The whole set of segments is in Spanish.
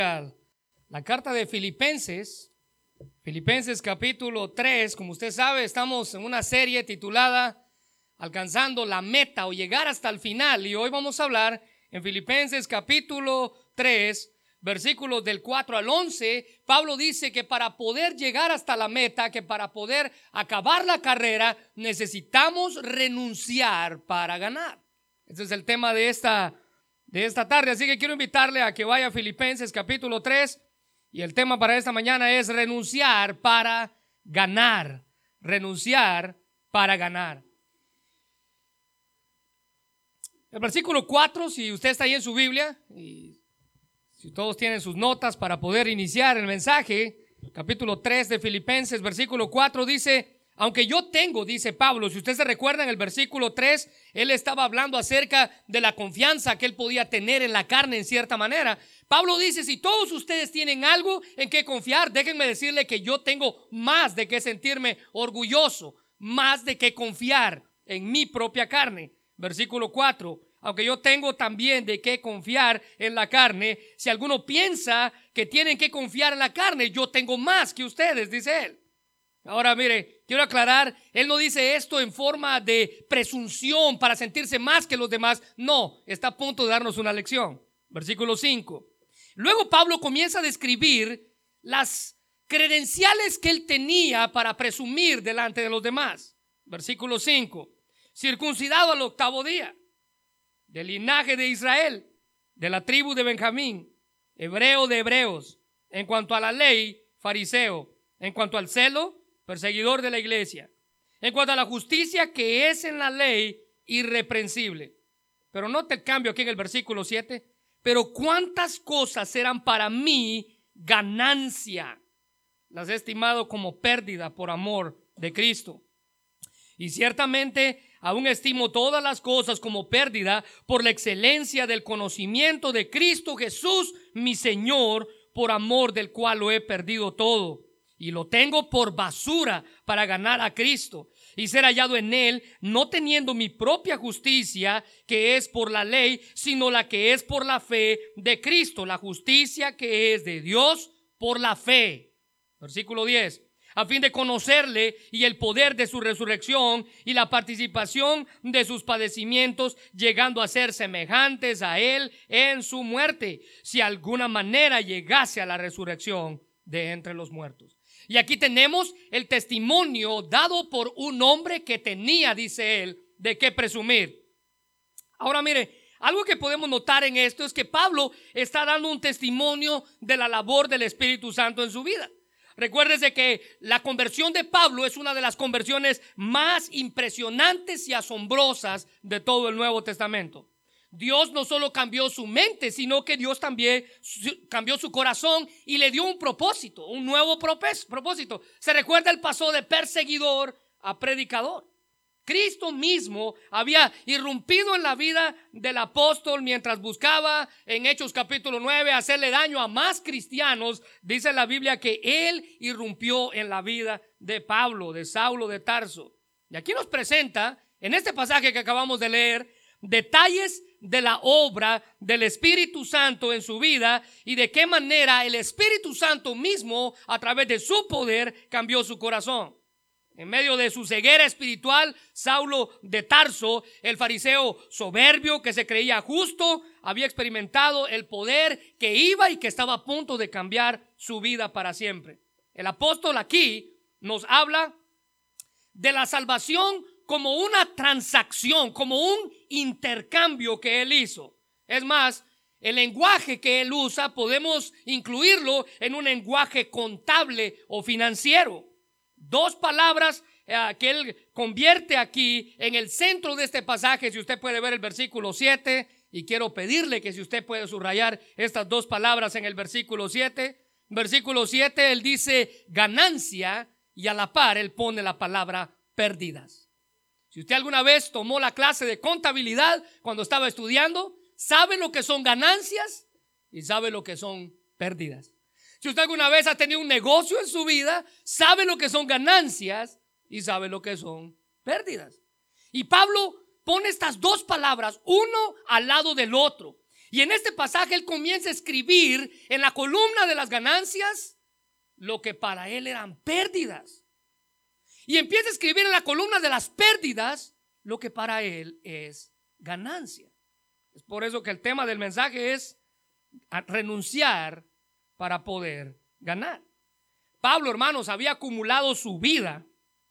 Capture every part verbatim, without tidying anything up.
La carta de Filipenses, Filipenses capítulo tres, como usted sabe, estamos en una serie titulada Alcanzando la meta o llegar hasta el final, y hoy vamos a hablar en Filipenses capítulo tres, versículos del cuatro al once. Pablo dice que para poder llegar hasta la meta, que para poder acabar la carrera, necesitamos renunciar para ganar. Ese es el tema de esta, de esta tarde, así que quiero invitarle a que vaya a Filipenses capítulo tres. Y el tema para esta mañana es renunciar para ganar. Renunciar para ganar. El versículo cuatro, si usted está ahí en su Biblia, y si todos tienen sus notas para poder iniciar el mensaje, capítulo tres de Filipenses, versículo cuatro dice: aunque yo tengo, dice Pablo, si usted se recuerda en el versículo tres, él estaba hablando acerca de la confianza que él podía tener en la carne en cierta manera. Pablo dice: si todos ustedes tienen algo en que confiar, déjenme decirle que yo tengo más de qué sentirme orgulloso, más de qué confiar en mi propia carne. Versículo cuatro, aunque yo tengo también de qué confiar en la carne, si alguno piensa que tienen que confiar en la carne, yo tengo más que ustedes, dice él. Ahora mire, quiero aclarar, él no dice esto en forma de presunción para sentirse más que los demás. No, está a punto de darnos una lección. Versículo cinco. Luego Pablo comienza a describir las credenciales que él tenía para presumir delante de los demás. Versículo cinco. Circuncidado al octavo día, del linaje de Israel, de la tribu de Benjamín, hebreo de hebreos, en cuanto a la ley, fariseo, en cuanto al celo, perseguidor de la iglesia, en cuanto a la justicia que es en la ley, irreprensible. Pero note el cambio aquí en el versículo siete. Pero cuántas cosas eran para mí ganancia, las he estimado como pérdida por amor de Cristo. Y ciertamente aún estimo todas las cosas como pérdida por la excelencia del conocimiento de Cristo Jesús, mi Señor, por amor del cual lo he perdido todo. Y lo tengo por basura para ganar a Cristo y ser hallado en Él, no teniendo mi propia justicia que es por la ley, sino la que es por la fe de Cristo, la justicia que es de Dios por la fe. Versículo diez. A fin de conocerle y el poder de su resurrección y la participación de sus padecimientos, llegando a ser semejantes a Él en su muerte, si de alguna manera llegase a la resurrección de entre los muertos. Y aquí tenemos el testimonio dado por un hombre que tenía, dice él, de qué presumir. Ahora mire, algo que podemos notar en esto es que Pablo está dando un testimonio de la labor del Espíritu Santo en su vida. Recuérdese que la conversión de Pablo es una de las conversiones más impresionantes y asombrosas de todo el Nuevo Testamento. Dios no solo cambió su mente, sino que Dios también cambió su corazón y le dio un propósito, un nuevo propósito. Se recuerda, él pasó de perseguidor a predicador. Cristo mismo había irrumpido en la vida del apóstol mientras buscaba en Hechos capítulo nueve hacerle daño a más cristianos. Dice la Biblia que él irrumpió en la vida de Pablo, de Saulo de Tarso. Y aquí nos presenta, en este pasaje que acabamos de leer, detalles de la obra del Espíritu Santo en su vida y de qué manera el Espíritu Santo mismo, a través de su poder, cambió su corazón. En medio de su ceguera espiritual, Saulo de Tarso, el fariseo soberbio que se creía justo, había experimentado el poder que iba y que estaba a punto de cambiar su vida para siempre. El apóstol aquí nos habla de la salvación como una transacción, como un intercambio que él hizo. Es más, el lenguaje que él usa podemos incluirlo en un lenguaje contable o financiero. Dos palabras eh, que él convierte aquí en el centro de este pasaje. Si usted puede ver el versículo siete, y quiero pedirle que si usted puede subrayar estas dos palabras en el versículo siete. Versículo siete, él dice ganancia, y a la par él pone la palabra pérdidas. Si usted alguna vez tomó la clase de contabilidad cuando estaba estudiando, sabe lo que son ganancias y sabe lo que son pérdidas. Si usted alguna vez ha tenido un negocio en su vida, sabe lo que son ganancias y sabe lo que son pérdidas. Y Pablo pone estas dos palabras, uno al lado del otro. Y en este pasaje él comienza a escribir en la columna de las ganancias lo que para él eran pérdidas. Y empieza a escribir en la columna de las pérdidas lo que para él es ganancia. Es por eso que el tema del mensaje es renunciar para poder ganar. Pablo, hermanos, había acumulado su vida,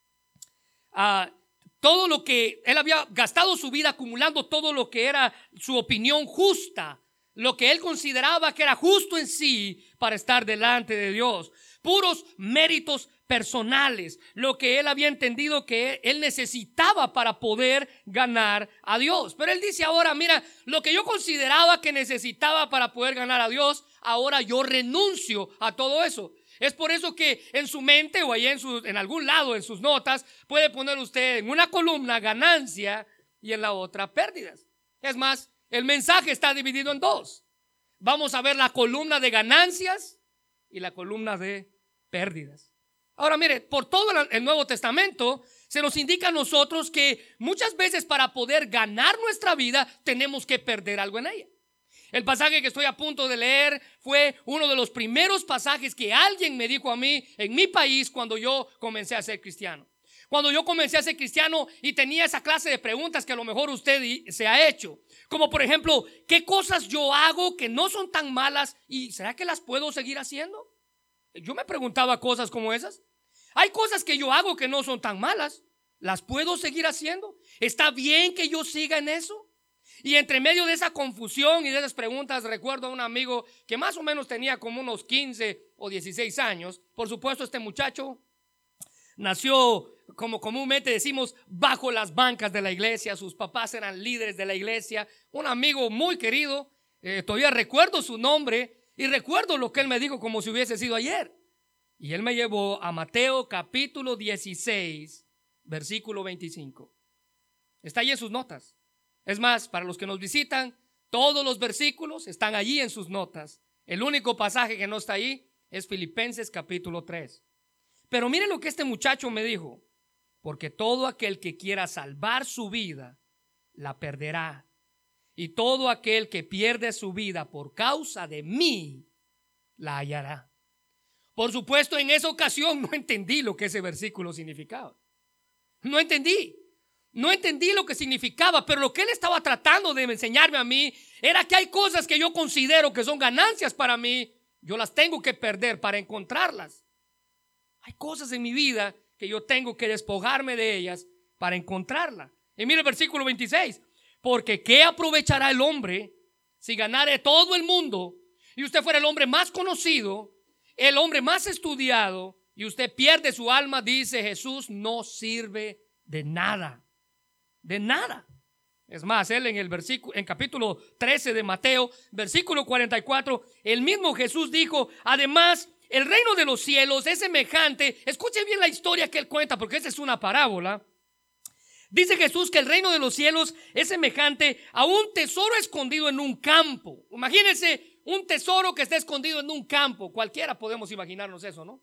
uh, todo lo que él había gastado su vida acumulando todo lo que era su opinión justa, lo que él consideraba que era justo en sí para estar delante de Dios, puros méritos personales, lo que él había entendido que él necesitaba para poder ganar a Dios. Pero él dice ahora, mira, lo que yo consideraba que necesitaba para poder ganar a Dios, ahora yo renuncio a todo eso. Es por eso que en su mente o ahí en, su, en algún lado en sus notas puede poner usted en una columna ganancia y en la otra pérdidas. Es más, el mensaje está dividido en dos. Vamos a ver la columna de ganancias y la columna de pérdidas. Ahora mire, por todo el Nuevo Testamento se nos indica a nosotros que muchas veces para poder ganar nuestra vida tenemos que perder algo en ella. El pasaje que estoy a punto de leer fue uno de los primeros pasajes que alguien me dijo a mí en mi país cuando yo comencé a ser cristiano. Cuando yo comencé a ser cristiano y tenía esa clase de preguntas que a lo mejor usted se ha hecho. Como por ejemplo, ¿qué cosas yo hago que no son tan malas y será que las puedo seguir haciendo? Yo me preguntaba cosas como esas. Hay cosas que yo hago que no son tan malas. ¿Las puedo seguir haciendo? ¿Está bien que yo siga en eso? Y entre medio de esa confusión y de esas preguntas, recuerdo a un amigo que más o menos tenía como unos quince o dieciséis años. Por supuesto, este muchacho nació, como comúnmente decimos, bajo las bancas de la iglesia. Sus papás eran líderes de la iglesia. Un amigo muy querido, eh, todavía recuerdo su nombre y recuerdo lo que él me dijo como si hubiese sido ayer. Y él me llevó a Mateo capítulo dieciséis, versículo veinticinco. Está ahí en sus notas. Es más, para los que nos visitan, todos los versículos están allí en sus notas. El único pasaje que no está ahí es Filipenses capítulo tres. Pero mire lo que este muchacho me dijo: porque todo aquel que quiera salvar su vida, la perderá. Y todo aquel que pierde su vida por causa de mí, la hallará. Por supuesto, en esa ocasión no entendí lo que ese versículo significaba. No entendí. No entendí lo que significaba, pero lo que él estaba tratando de enseñarme a mí era que hay cosas que yo considero que son ganancias para mí, yo las tengo que perder para encontrarlas. Hay cosas en mi vida que yo tengo que despojarme de ellas para encontrarla. Y mire el versículo veintiséis: porque ¿qué aprovechará el hombre si ganare todo el mundo y usted fuera el hombre más conocido, el hombre más estudiado, y usted pierde su alma? Dice Jesús, no sirve de nada. De nada. Es más, él en el versículo, en capítulo trece de Mateo, versículo cuarenta y cuatro, el mismo Jesús dijo: además, el reino de los cielos es semejante. Escuchen bien la historia que él cuenta, porque esa es una parábola. Dice Jesús que el reino de los cielos es semejante a un tesoro escondido en un campo. Imagínense un tesoro que está escondido en un campo. Cualquiera podemos imaginarnos eso, ¿no?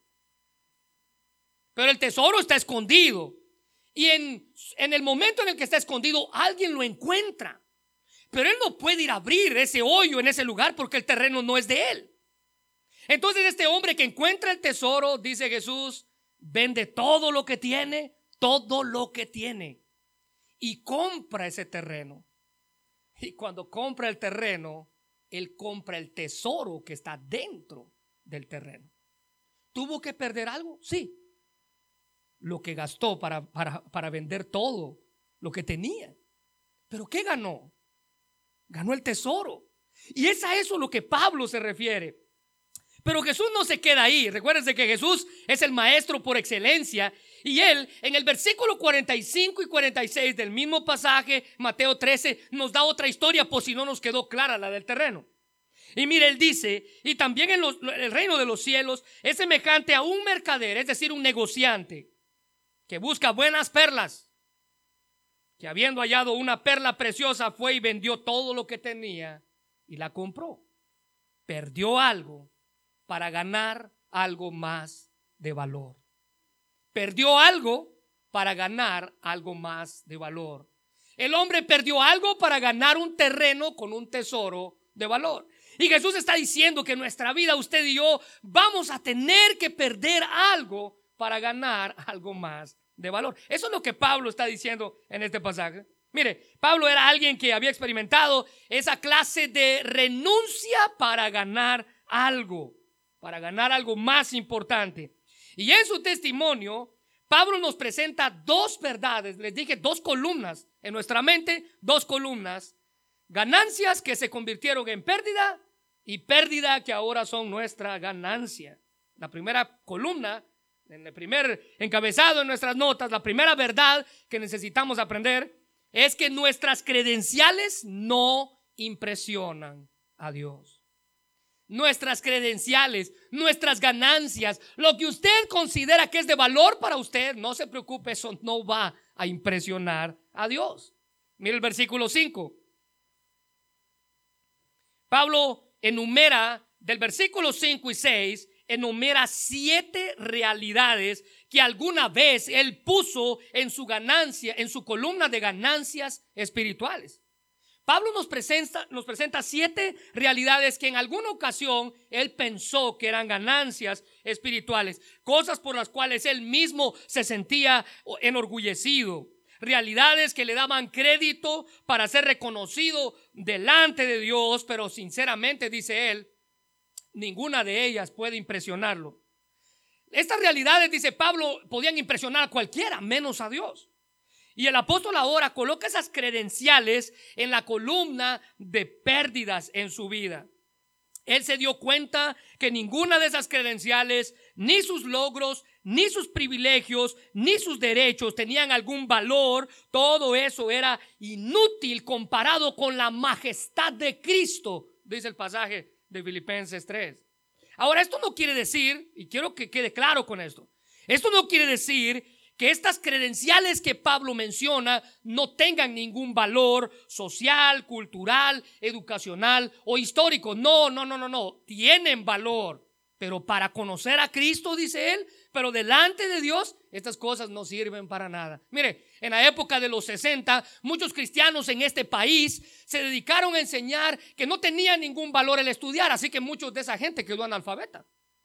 Pero el tesoro está escondido. Y en, en el momento en el que está escondido, alguien lo encuentra. Pero él no puede ir a abrir ese hoyo en ese lugar porque el terreno no es de él. Entonces este hombre que encuentra el tesoro, dice Jesús, vende todo lo que tiene, todo lo que tiene, y compra ese terreno. Y cuando compra el terreno, él compra el tesoro que está dentro del terreno. ¿Tuvo que perder algo? Sí. Lo que gastó para, para, para vender todo lo que tenía. ¿Pero qué ganó? Ganó el tesoro. Y es a eso lo que Pablo se refiere. Pero Jesús no se queda ahí. Recuérdense que Jesús es el maestro por excelencia. Y él en el versículo cuarenta y cinco y cuarenta y seis del mismo pasaje, Mateo trece, nos da otra historia por si no nos quedó clara la del terreno. Y mire, él dice: y también en los, el reino de los cielos es semejante a un mercader, es decir, un negociante, que busca buenas perlas, que habiendo hallado una perla preciosa fue y vendió todo lo que tenía y la compró. Perdió algo para ganar algo más de valor. Perdió algo para ganar algo más de valor. El hombre perdió algo para ganar un terreno con un tesoro de valor. Y Jesús está diciendo que en nuestra vida usted y yo vamos a tener que perder algo para ganar algo más de valor. Eso es lo que Pablo está diciendo en este pasaje. Mire, Pablo era alguien que había experimentado esa clase de renuncia para ganar algo, para ganar algo más importante. Y en su testimonio, Pablo nos presenta dos verdades, les dije dos columnas en nuestra mente, dos columnas, ganancias que se convirtieron en pérdida y pérdida que ahora son nuestra ganancia. La primera columna, en el primer encabezado en nuestras notas, la primera verdad que necesitamos aprender es que nuestras credenciales no impresionan a Dios. Nuestras credenciales, nuestras ganancias, lo que usted considera que es de valor para usted, no se preocupe, eso no va a impresionar a Dios. Mire el versículo cinco. Pablo enumera del versículo cinco y seis, enumera siete realidades que alguna vez él puso en su ganancia, en su columna de ganancias espirituales. Pablo nos presenta, nos presenta siete realidades que en alguna ocasión él pensó que eran ganancias espirituales, cosas por las cuales él mismo se sentía enorgullecido, realidades que le daban crédito para ser reconocido delante de Dios, pero sinceramente, dice él, ninguna de ellas puede impresionarlo. Estas realidades, dice Pablo, podían impresionar a cualquiera, menos a Dios. Y el apóstol ahora coloca esas credenciales en la columna de pérdidas en su vida. Él se dio cuenta que ninguna de esas credenciales, ni sus logros, ni sus privilegios, ni sus derechos tenían algún valor. Todo eso era inútil comparado con la majestad de Cristo, dice el pasaje de Filipenses tres. Ahora, esto no quiere decir, y quiero que quede claro con esto, esto no quiere decir que estas credenciales que Pablo menciona no tengan ningún valor social, cultural, educacional o histórico. No, no, no, no, no. Tienen valor. Pero para conocer a Cristo, dice él, pero delante de Dios, estas cosas no sirven para nada. Mire, en la época de los sesenta, muchos cristianos en este país se dedicaron a enseñar que no tenía ningún valor el estudiar, así que muchos de esa gente quedó analfabeta.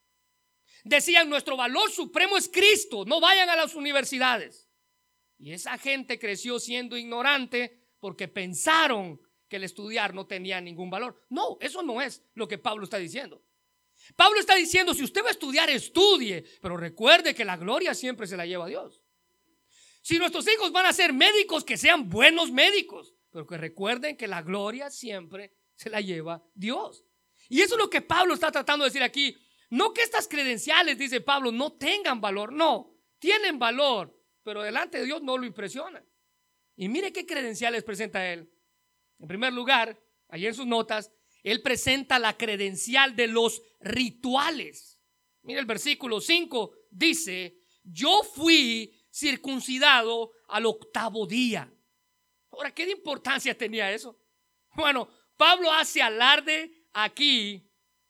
Decían, nuestro valor supremo es Cristo, no vayan a las universidades. Y esa gente creció siendo ignorante porque pensaron que el estudiar no tenía ningún valor. No, eso no es lo que Pablo está diciendo. Pablo está diciendo, si usted va a estudiar, estudie, pero recuerde que la gloria siempre se la lleva a Dios. Si nuestros hijos van a ser médicos, que sean buenos médicos, pero que recuerden que la gloria siempre se la lleva Dios. Y eso es lo que Pablo está tratando de decir aquí. No que estas credenciales, dice Pablo, no tengan valor. No, tienen valor, pero delante de Dios no lo impresionan. Y mire qué credenciales presenta él. En primer lugar, allí en sus notas, él presenta la credencial de los rituales. Mire el versículo cinco, dice, yo fui circuncidado al octavo día. Ahora, ¿qué de importancia tenía eso? Bueno, Pablo hace alarde aquí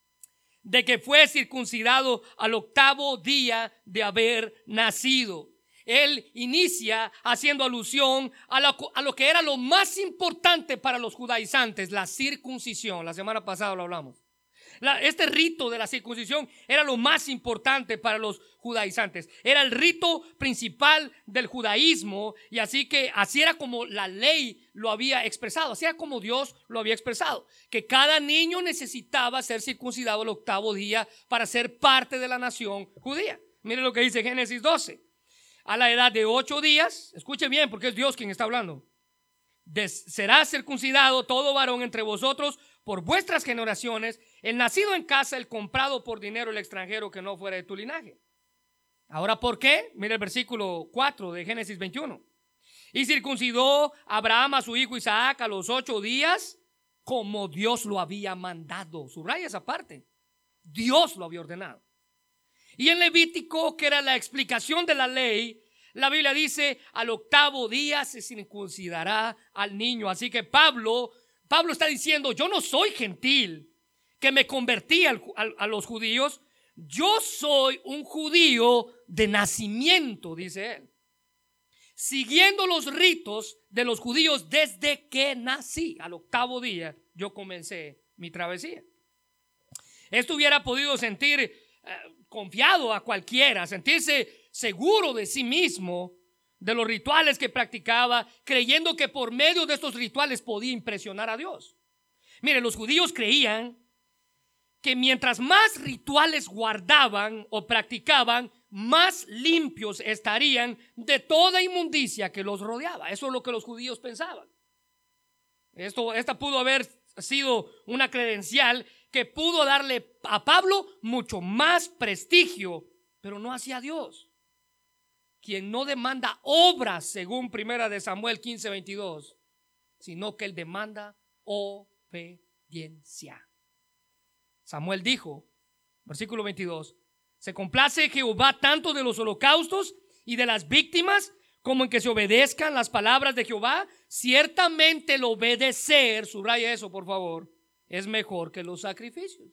de que fue circuncidado al octavo día de haber nacido. Él inicia haciendo alusión a lo, a lo que era lo más importante para los judaizantes, la circuncisión. La semana pasada lo hablamos. La, este rito de la circuncisión era lo más importante para los judaizantes. Era el rito principal del judaísmo, y así que así era como la ley lo había expresado, así era como Dios lo había expresado, que cada niño necesitaba ser circuncidado el octavo día para ser parte de la nación judía. Mire lo que dice Génesis doce. A la edad de ocho días, escuche bien porque es Dios quien está hablando, Des, será circuncidado todo varón entre vosotros por vuestras generaciones, el nacido en casa, el comprado por dinero, el extranjero que no fuera de tu linaje. Ahora, ¿por qué? Mira el versículo cuatro de Génesis veintiuno. Y circuncidó Abraham a su hijo Isaac a los ocho días, como Dios lo había mandado. Subraya esa parte. Dios lo había ordenado. Y en Levítico, que era la explicación de la ley, la Biblia dice, al octavo día se circuncidará al niño. Así que Pablo, Pablo está diciendo, yo no soy gentil, que me convertí al, al, a los judíos. Yo soy un judío de nacimiento, dice él, siguiendo los ritos de los judíos desde que nací. Al octavo día yo comencé mi travesía. Esto hubiera podido sentir eh, confiado a cualquiera, sentirse seguro de sí mismo, de los rituales que practicaba, creyendo que por medio de estos rituales podía impresionar a Dios. Mire, los judíos creían que mientras más rituales guardaban o practicaban, más limpios estarían de toda inmundicia que los rodeaba. Eso es lo que los judíos pensaban. Esto, esta pudo haber sido una credencial que pudo darle a Pablo mucho más prestigio, pero no hacia Dios, quien no demanda obras según primera de Samuel quince veintidós, sino que él demanda obediencia. Samuel dijo, versículo veintidós, se complace Jehová tanto de los holocaustos y de las víctimas como en que se obedezcan las palabras de Jehová. Ciertamente el obedecer, subraya eso por favor, es mejor que los sacrificios.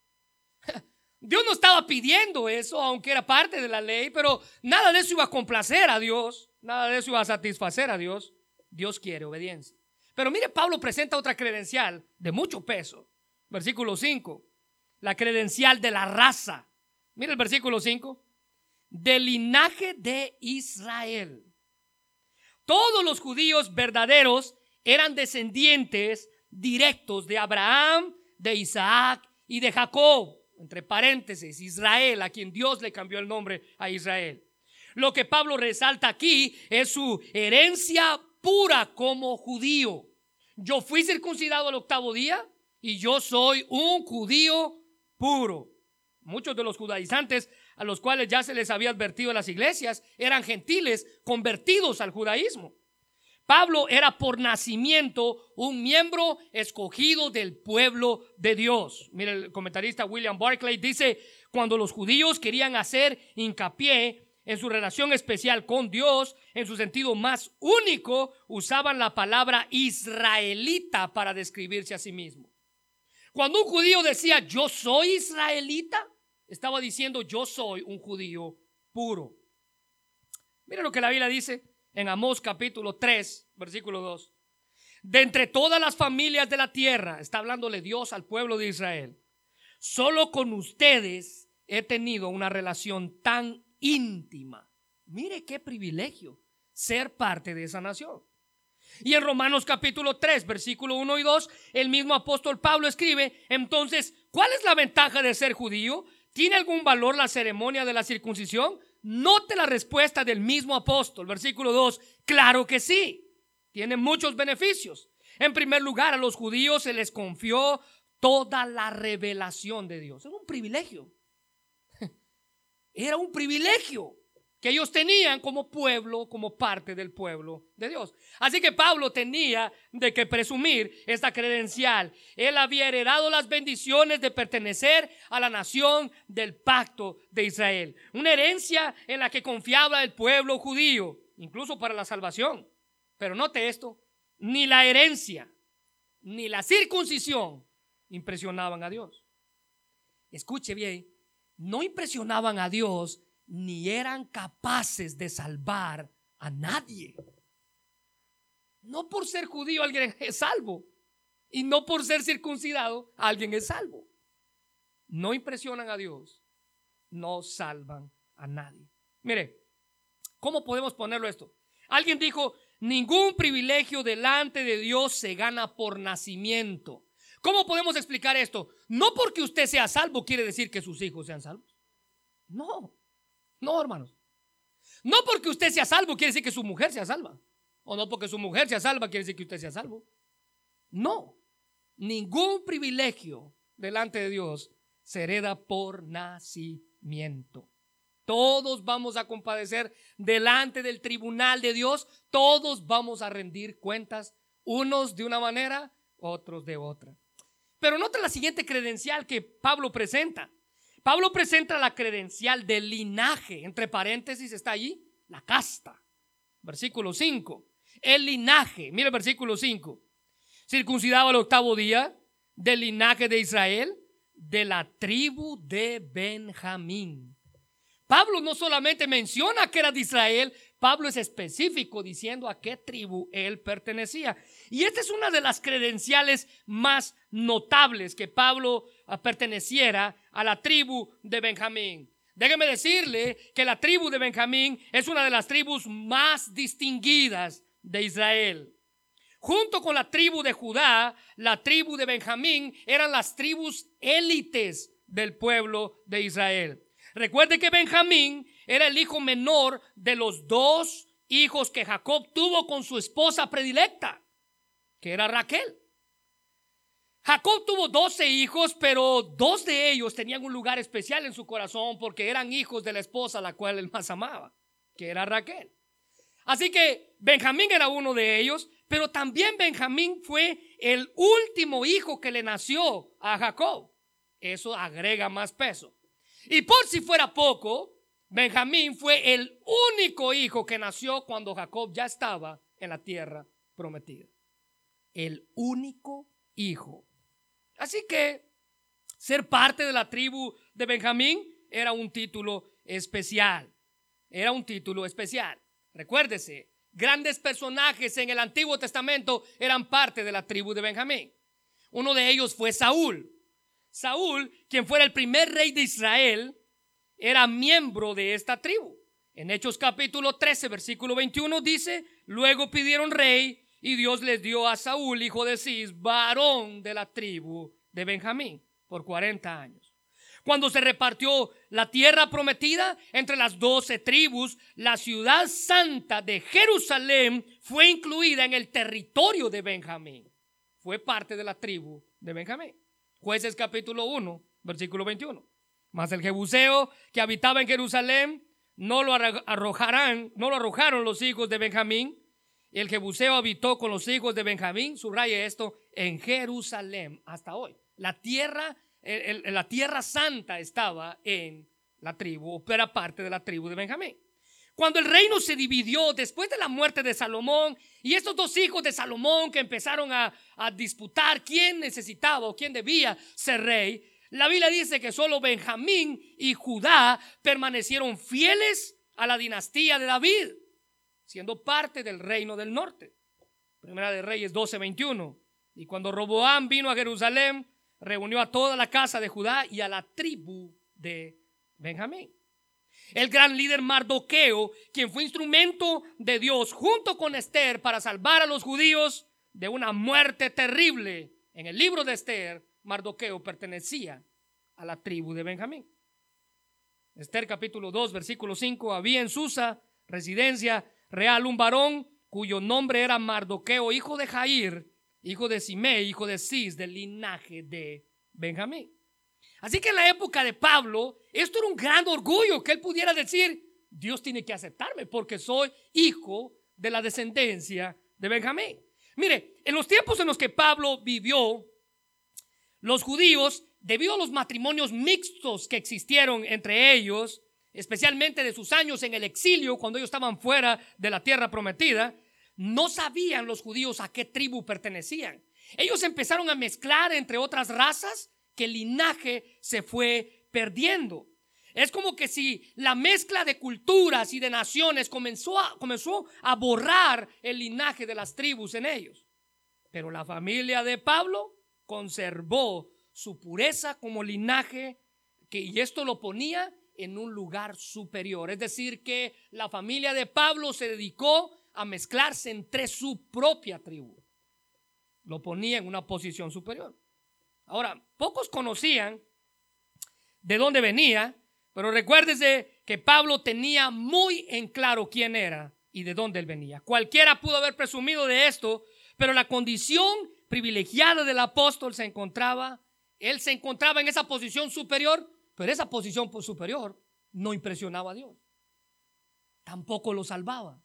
Dios no estaba pidiendo eso, aunque era parte de la ley, pero nada de eso iba a complacer a Dios, nada de eso iba a satisfacer a Dios. Dios quiere obediencia. Pero mire, Pablo presenta otra credencial de mucho peso. Versículo cinco, la credencial de la raza. Mire el versículo cinco, del linaje de Israel. Todos los judíos verdaderos eran descendientes directos de Abraham, de Isaac y de Jacob. Entre paréntesis, Israel, a quien Dios le cambió el nombre a Israel. Lo que Pablo resalta aquí es su herencia pura como judío. Yo fui circuncidado al octavo día y yo soy un judío puro. Muchos de los judaizantes, a los cuales ya se les había advertido en las iglesias, eran gentiles convertidos al judaísmo. Pablo era por nacimiento un miembro escogido del pueblo de Dios. Mire, el comentarista William Barclay dice, cuando los judíos querían hacer hincapié en su relación especial con Dios, en su sentido más único, usaban la palabra israelita para describirse a sí mismo. Cuando un judío decía yo soy israelita, estaba diciendo yo soy un judío puro. Mire lo que la Biblia dice en Amós capítulo tres, versículo dos. De entre todas las familias de la tierra, está hablándole Dios al pueblo de Israel, solo con ustedes he tenido una relación tan íntima. Mire qué privilegio ser parte de esa nación. Y en Romanos capítulo tres, versículo uno y dos, el mismo apóstol Pablo escribe, entonces, ¿cuál es la ventaja de ser judío? ¿Tiene algún valor la ceremonia de la circuncisión? Note la respuesta del mismo apóstol, versículo dos, claro que sí, tiene muchos beneficios. En primer lugar, a los judíos se les confió toda la revelación de Dios. Era un privilegio. Era un privilegio que ellos tenían como pueblo, como parte del pueblo de Dios. Así que Pablo tenía de que presumir esta credencial. Él había heredado las bendiciones de pertenecer a la nación del pacto de Israel. Una herencia en la que confiaba el pueblo judío, incluso para la salvación. Pero note esto, ni la herencia, ni la circuncisión impresionaban a Dios. Escuche bien, no impresionaban a Dios ni eran capaces de salvar a nadie. No por ser judío alguien es salvo, y no por ser circuncidado alguien es salvo. No impresionan a Dios, no salvan a nadie. Mire, ¿cómo podemos ponerlo esto? Alguien dijo, ningún privilegio delante de Dios se gana por nacimiento. ¿Cómo podemos explicar esto? No porque usted sea salvo quiere decir que sus hijos sean salvos. No. No, hermanos. No porque usted sea salvo quiere decir que su mujer sea salva. O no porque su mujer sea salva quiere decir que usted sea salvo. No. Ningún privilegio delante de Dios se hereda por nacimiento. Todos vamos a compadecer delante del tribunal de Dios. Todos vamos a rendir cuentas, unos de una manera, otros de otra. Pero nota la siguiente credencial que Pablo presenta. Pablo presenta la credencial del linaje, entre paréntesis está allí, la casta. Versículo cinco, el linaje, mira el versículo cinco. Circuncidado al octavo día, del linaje de Israel, de la tribu de Benjamín. Pablo no solamente menciona que era de Israel, Pablo es específico diciendo a qué tribu él pertenecía. Y esta es una de las credenciales más notables, que Pablo uh, perteneciera a la tribu de Benjamín. Déjeme decirle que la tribu de Benjamín es una de las tribus más distinguidas de Israel. Junto con la tribu de Judá, la tribu de Benjamín eran las tribus élites del pueblo de Israel. Recuerde que Benjamín era el hijo menor de los dos hijos que Jacob tuvo con su esposa predilecta, que era Raquel. Jacob tuvo doce hijos, pero dos de ellos tenían un lugar especial en su corazón porque eran hijos de la esposa a la cual él más amaba, que era Raquel. Así que Benjamín era uno de ellos, pero también Benjamín fue el último hijo que le nació a Jacob. Eso agrega más peso. Y por si fuera poco, Benjamín fue el único hijo que nació cuando Jacob ya estaba en la tierra prometida. El único hijo. Así que ser parte de la tribu de Benjamín era un título especial. Era un título especial. Recuérdese, grandes personajes en el Antiguo Testamento eran parte de la tribu de Benjamín. Uno de ellos fue Saúl. Saúl, quien fuera el primer rey de Israel, era miembro de esta tribu. En Hechos capítulo trece, versículo veintiuno dice: luego pidieron rey y Dios les dio a Saúl, hijo de Cis, varón de la tribu de Benjamín, por cuarenta años. Cuando se repartió la tierra prometida entre las doce tribus, la ciudad santa de Jerusalén fue incluida en el territorio de Benjamín. Fue parte de la tribu de Benjamín. Jueces capítulo uno, versículo veintiuno. Mas el jebuseo que habitaba en Jerusalén no lo arrojarán, no lo arrojaron los hijos de Benjamín. Y el jebuseo habitó con los hijos de Benjamín, subraye esto, en Jerusalén hasta hoy. La tierra, el, el, la tierra santa estaba en la tribu, o era parte de la tribu de Benjamín. Cuando el reino se dividió después de la muerte de Salomón, y estos dos hijos de Salomón que empezaron a, a disputar quién necesitaba o quién debía ser rey, la Biblia dice que solo Benjamín y Judá permanecieron fieles a la dinastía de David, siendo parte del reino del norte. Primera de Reyes doce veintiuno. Y cuando Roboam vino a Jerusalén, reunió a toda la casa de Judá y a la tribu de Benjamín. El gran líder Mardoqueo, quien fue instrumento de Dios junto con Esther para salvar a los judíos de una muerte terrible. En el libro de Esther, Mardoqueo pertenecía a la tribu de Benjamín. Esther capítulo dos, versículo cinco. Había en Susa, residencia real, un varón cuyo nombre era Mardoqueo, hijo de Jair, hijo de Simei, hijo de Cis, del linaje de Benjamín. Así que en la época de Pablo, esto era un gran orgullo, que él pudiera decir: Dios tiene que aceptarme porque soy hijo de la descendencia de Benjamín. Mire, en los tiempos en los que Pablo vivió, los judíos, debido a los matrimonios mixtos que existieron entre ellos, especialmente de sus años en el exilio, cuando ellos estaban fuera de la tierra prometida, no sabían los judíos a qué tribu pertenecían. Ellos empezaron a mezclar entre otras razas, que el linaje se fue perdiendo. Es como que si la mezcla de culturas y de naciones comenzó a, comenzó a borrar el linaje de las tribus en ellos. Pero la familia de Pablo conservó su pureza como linaje, que, y esto lo ponía en un lugar superior. Es decir, que la familia de Pablo se dedicó a mezclarse entre su propia tribu. Lo ponía en una posición superior. Ahora, pocos conocían de dónde venía, pero recuérdese que Pablo tenía muy en claro quién era y de dónde él venía. Cualquiera pudo haber presumido de esto, pero la condición privilegiada del apóstol se encontraba, él se encontraba en esa posición superior, pero esa posición superior no impresionaba a Dios. Tampoco lo salvaba.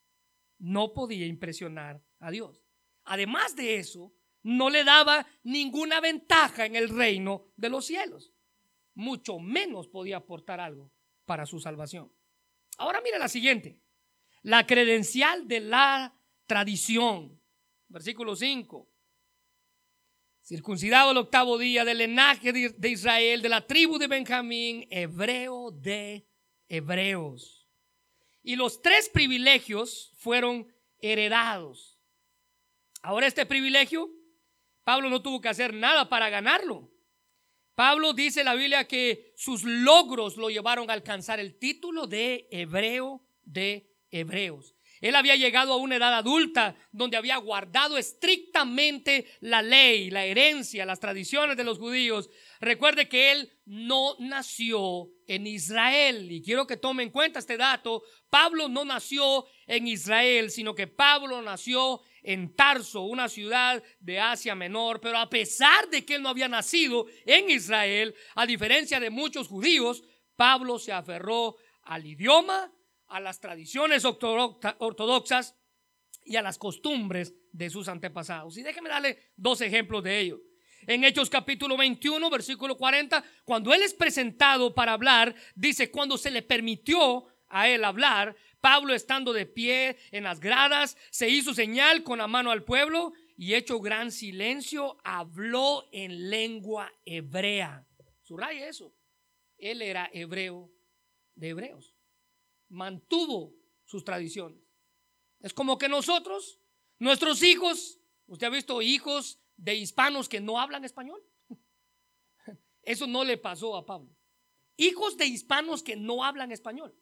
No podía impresionar a Dios. Además de eso, no le daba ninguna ventaja en el reino de los cielos. Mucho menos podía aportar algo para su salvación. Ahora mira la siguiente. La credencial de la tradición. Versículo cinco. Circuncidado el octavo día, del linaje de Israel, de la tribu de Benjamín, hebreo de hebreos. y los tres privilegios fueron heredados. Ahora este privilegio, Pablo no tuvo que hacer nada para ganarlo. Pablo dice en la Biblia que sus logros lo llevaron a alcanzar el título de hebreo de hebreos. Él había llegado a una edad adulta donde había guardado estrictamente la ley, la herencia, las tradiciones de los judíos. Recuerde que él no nació en Israel, y quiero que tome en cuenta este dato. Pablo no nació en Israel, sino que Pablo nació en Tarso, una ciudad de Asia Menor. Pero a pesar de que él no había nacido en Israel, a diferencia de muchos judíos, Pablo se aferró al idioma, a las tradiciones ortodoxas y a las costumbres de sus antepasados. Y déjeme darle dos ejemplos de ello. En Hechos capítulo veintiuno, versículo cuarenta, cuando él es presentado para hablar, dice: cuando se le permitió a él hablar, Pablo, estando de pie en las gradas, se hizo señal con la mano al pueblo y, hecho gran silencio, habló en lengua hebrea. Subraya eso. Él era hebreo de hebreos. Mantuvo sus tradiciones. Es como que nosotros, nuestros hijos, usted ha visto hijos de hispanos que no hablan español. Eso no le pasó a Pablo. Hijos de hispanos que no hablan español.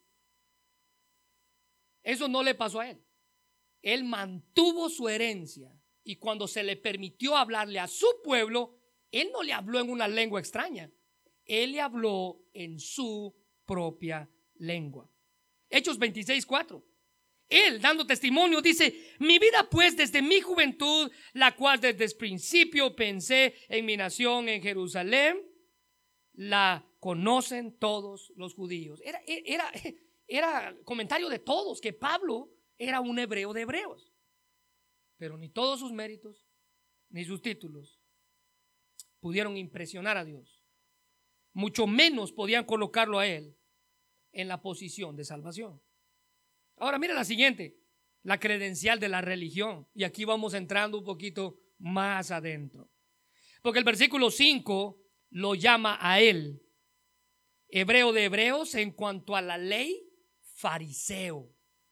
Eso no le pasó a él. Él mantuvo su herencia, y cuando se le permitió hablarle a su pueblo, él no le habló en una lengua extraña. Él le habló en su propia lengua. Hechos veintiséis, cuatro. Él, dando testimonio, dice: mi vida pues desde mi juventud, la cual desde el principio pensé en mi nación en Jerusalén, la conocen todos los judíos. Era, era, era comentario de todos que Pablo era un hebreo de hebreos. Pero ni todos sus méritos ni sus títulos pudieron impresionar a Dios. Mucho menos podían colocarlo a él en la posición de salvación. Ahora mira la siguiente, la credencial de la religión. Y aquí vamos entrando un poquito más adentro, porque el versículo cinco lo llama a él hebreo de hebreos, en cuanto a la ley, fariseo.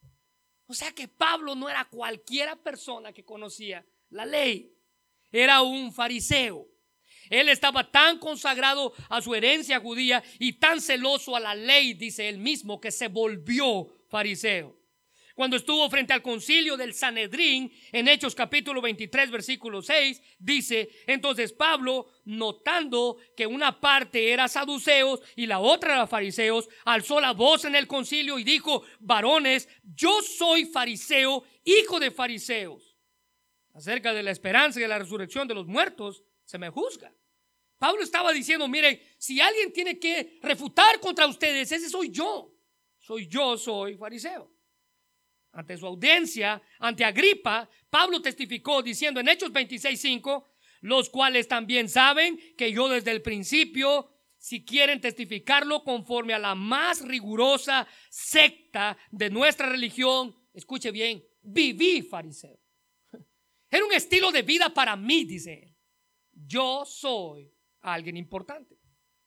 O sea que Pablo no era cualquiera persona que conocía la ley, era un fariseo. Él estaba tan consagrado a su herencia judía y tan celoso a la ley, dice él mismo, que se volvió fariseo. Cuando estuvo frente al concilio del Sanedrín, en Hechos capítulo veintitrés, versículo seis, dice: entonces Pablo, notando que una parte era saduceos y la otra era fariseos, alzó la voz en el concilio y dijo: varones, yo soy fariseo, hijo de fariseos. Acerca de la esperanza y de la resurrección de los muertos se me juzga. Pablo estaba diciendo: miren, si alguien tiene que refutar contra ustedes, ese soy yo. Soy yo, soy fariseo. Ante su audiencia, ante Agripa, Pablo testificó diciendo en Hechos veintiséis, cinco: los cuales también saben que yo desde el principio, si quieren testificarlo conforme a la más rigurosa secta de nuestra religión, escuche bien, viví fariseo. Era un estilo de vida para mí, dice él. Yo soy alguien importante.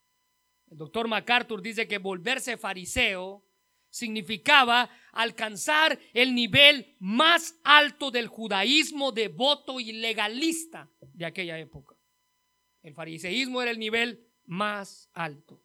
El doctor MacArthur dice que volverse fariseo significaba alcanzar el nivel más alto del judaísmo devoto y legalista de aquella época. El fariseísmo era el nivel más alto.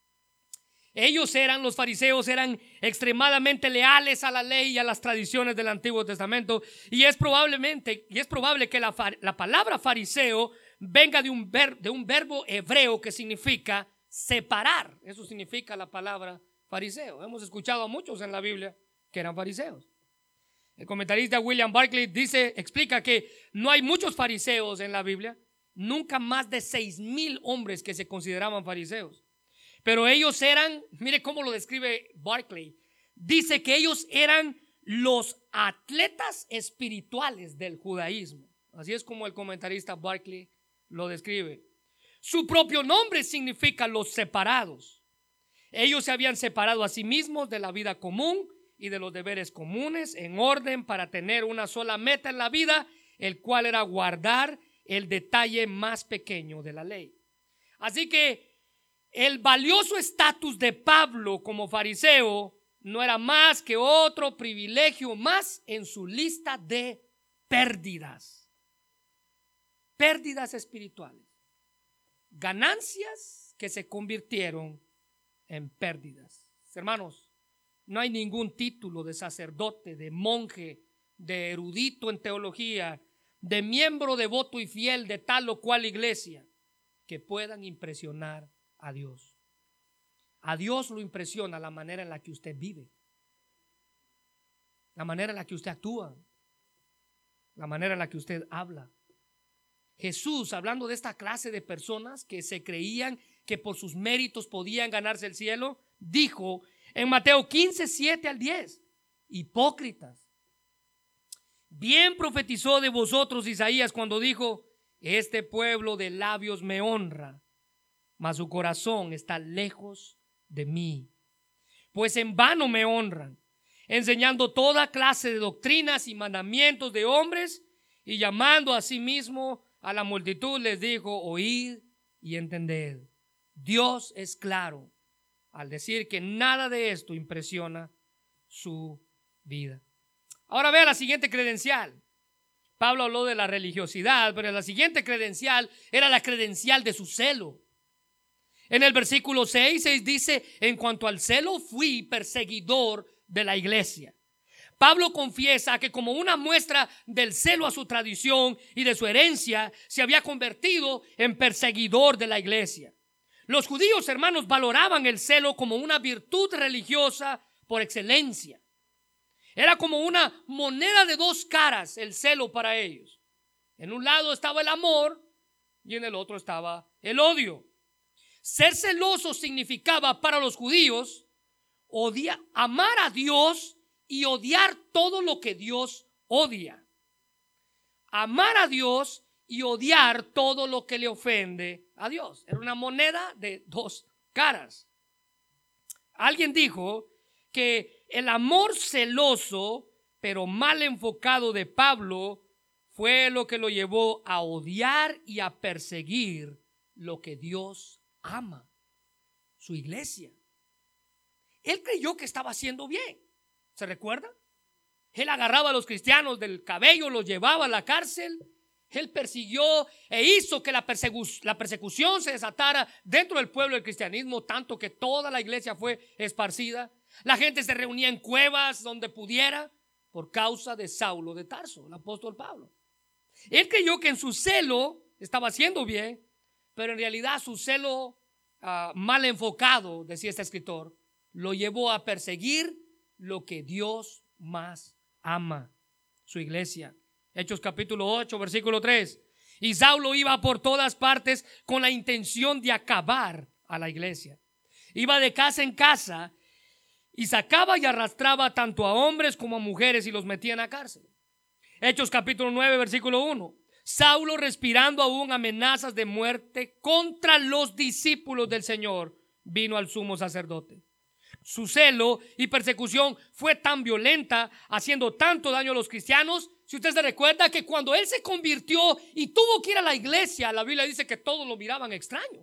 Ellos eran, los fariseos eran extremadamente leales a la ley y a las tradiciones del Antiguo Testamento, y es probablemente y es probable que la, la palabra fariseo venga de un, ver, de un verbo hebreo que significa separar. Eso significa la palabra fariseo. Hemos escuchado a muchos en la Biblia que eran fariseos. El comentarista William Barclay dice, explica que no hay muchos fariseos en la Biblia, nunca más de seis mil hombres que se consideraban fariseos. Pero ellos eran, mire cómo lo describe Barclay, dice que ellos eran los atletas espirituales del judaísmo. Así es como el comentarista Barclay lo describe. Su propio nombre significa los separados. Ellos se habían separado a sí mismos de la vida común y de los deberes comunes en orden para tener una sola meta en la vida, el cual era guardar el detalle más pequeño de la ley. Así que el valioso estatus de Pablo como fariseo no era más que otro privilegio más en su lista de pérdidas. Pérdidas espirituales. Ganancias que se convirtieron en pérdidas. Hermanos, no hay ningún título de sacerdote, de monje, de erudito en teología, de miembro devoto y fiel de tal o cual iglesia que puedan impresionar a Dios. A Dios lo impresiona la manera en la que usted vive, la manera en la que usted actúa, la manera en la que usted habla. Jesús, hablando de esta clase de personas que se creían que por sus méritos podían ganarse el cielo, dijo en Mateo quince, siete al diez: hipócritas, bien profetizó de vosotros Isaías cuando dijo: este pueblo de labios me honra, mas su corazón está lejos de mí. Pues en vano me honran, enseñando toda clase de doctrinas y mandamientos de hombres, y llamando a sí mismo a la multitud les dijo: oíd y entended. Dios es claro al decir que nada de esto impresiona su vida. Ahora vea la siguiente credencial. Pablo habló de la religiosidad, pero la siguiente credencial era la credencial de su celo. En el versículo seis, seis dice: en cuanto al celo, fui perseguidor de la iglesia. Pablo confiesa que como una muestra del celo a su tradición y de su herencia, se había convertido en perseguidor de la iglesia. Los judíos, hermanos, valoraban el celo como una virtud religiosa por excelencia. Era como una moneda de dos caras el celo para ellos. En un lado estaba el amor y en el otro estaba el odio. Ser celoso significaba para los judíos odiar, amar a Dios y odiar todo lo que Dios odia. Amar a Dios y odiar todo lo que le ofende a Dios. Era una moneda de dos caras. Alguien dijo que el amor celoso, pero mal enfocado de Pablo, fue lo que lo llevó a odiar y a perseguir lo que Dios ama, su iglesia. Él creyó que estaba haciendo bien. ¿Se recuerda? Él agarraba a los cristianos del cabello, los llevaba a la cárcel. Él persiguió e hizo que la, persecu- la persecución se desatara dentro del pueblo del cristianismo, tanto que toda la iglesia fue esparcida. La gente se reunía en cuevas donde pudiera por causa de Saulo de Tarso, el apóstol Pablo. Él creyó que en su celo estaba haciendo bien, pero en realidad su celo uh, mal enfocado, decía este escritor, lo llevó a perseguir lo que Dios más ama, su iglesia. Hechos capítulo ocho, versículo tres. Y Saulo iba por todas partes con la intención de acabar a la iglesia. Iba de casa en casa y sacaba y arrastraba tanto a hombres como a mujeres y los metía en la cárcel. Hechos capítulo nueve, versículo uno. Saulo, respirando aún amenazas de muerte contra los discípulos del Señor, vino al sumo sacerdote. Su celo y persecución fue tan violenta, haciendo tanto daño a los cristianos. Si usted se recuerda que cuando él se convirtió y tuvo que ir a la iglesia, la Biblia dice que todos lo miraban extraño.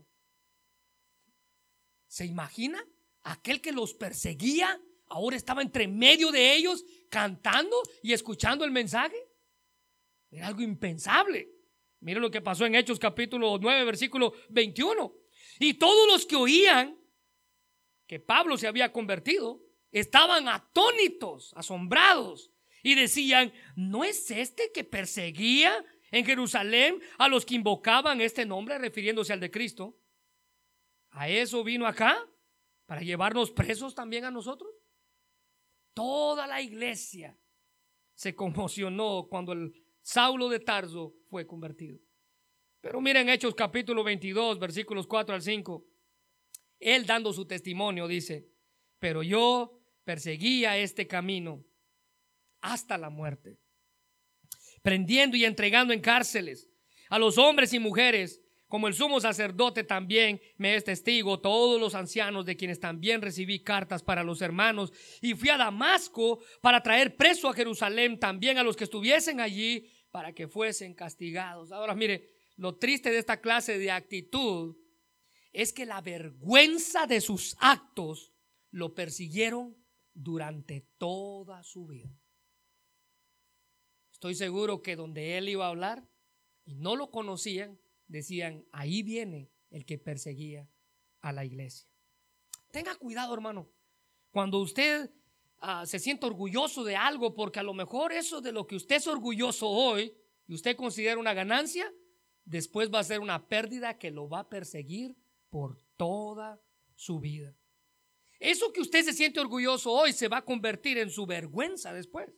¿Se imagina? Aquel que los perseguía ahora estaba entre medio de ellos cantando y escuchando el mensaje. Era algo impensable. Miren lo que pasó en Hechos capítulo nueve, versículo veintiuno. Y todos los que oían que Pablo se había convertido estaban atónitos, asombrados, y decían: ¿no es este que perseguía en Jerusalén a los que invocaban este nombre, refiriéndose al de Cristo? ¿A eso vino acá? ¿Para llevarnos presos también a nosotros? Toda la iglesia se conmocionó cuando el Saulo de Tarso fue convertido. Pero miren Hechos capítulo veintidós, versículos cuatro al cinco. Él, dando su testimonio, dice: pero yo perseguía este camino hasta la muerte, prendiendo y entregando en cárceles a los hombres y mujeres, como el sumo sacerdote también me es testigo, todos los ancianos, de quienes también recibí cartas para los hermanos. Y fui a Damasco para traer preso a Jerusalén también a los que estuviesen allí, para que fuesen castigados. Ahora mire, lo triste de esta clase de actitud es que la vergüenza de sus actos lo persiguieron durante toda su vida. Estoy seguro que donde él iba a hablar y no lo conocían, decían, ahí viene el que perseguía a la iglesia. Tenga cuidado, hermano, cuando usted uh, se siente orgulloso de algo, porque a lo mejor eso de lo que usted es orgulloso hoy y usted considera una ganancia, después va a ser una pérdida que lo va a perseguir por toda su vida. Eso que usted se siente orgulloso hoy se va a convertir en su vergüenza después.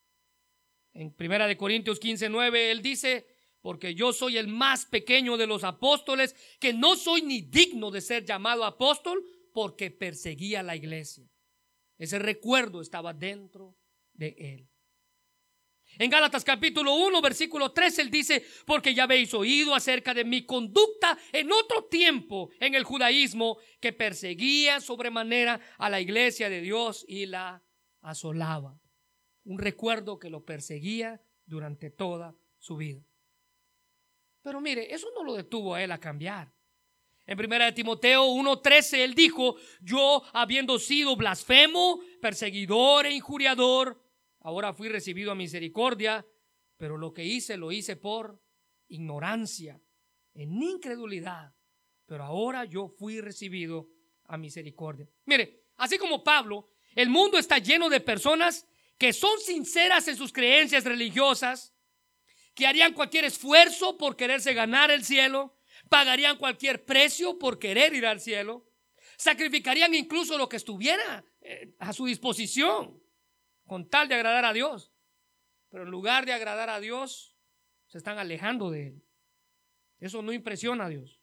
En primera de Corintios quince, nueve, él dice, porque yo soy el más pequeño de los apóstoles, que no soy ni digno de ser llamado apóstol, porque perseguía a la iglesia. Ese recuerdo estaba dentro de él. En Gálatas capítulo uno, versículo tres, él dice, porque ya habéis oído acerca de mi conducta en otro tiempo en el judaísmo, que perseguía sobremanera a la iglesia de Dios y la asolaba. Un recuerdo que lo perseguía durante toda su vida. Pero mire, eso no lo detuvo a él a cambiar. En primera de Timoteo uno trece, él dijo, yo habiendo sido blasfemo, perseguidor e injuriador, ahora fui recibido a misericordia, pero lo que hice lo hice por ignorancia, en incredulidad, pero ahora yo fui recibido a misericordia. Mire, así como Pablo, el mundo está lleno de personas que son sinceras en sus creencias religiosas, que harían cualquier esfuerzo por quererse ganar el cielo, pagarían cualquier precio por querer ir al cielo, sacrificarían incluso lo que estuviera a su disposición con tal de agradar a Dios. Pero en lugar de agradar a Dios, se están alejando de Él. Eso no impresiona a Dios,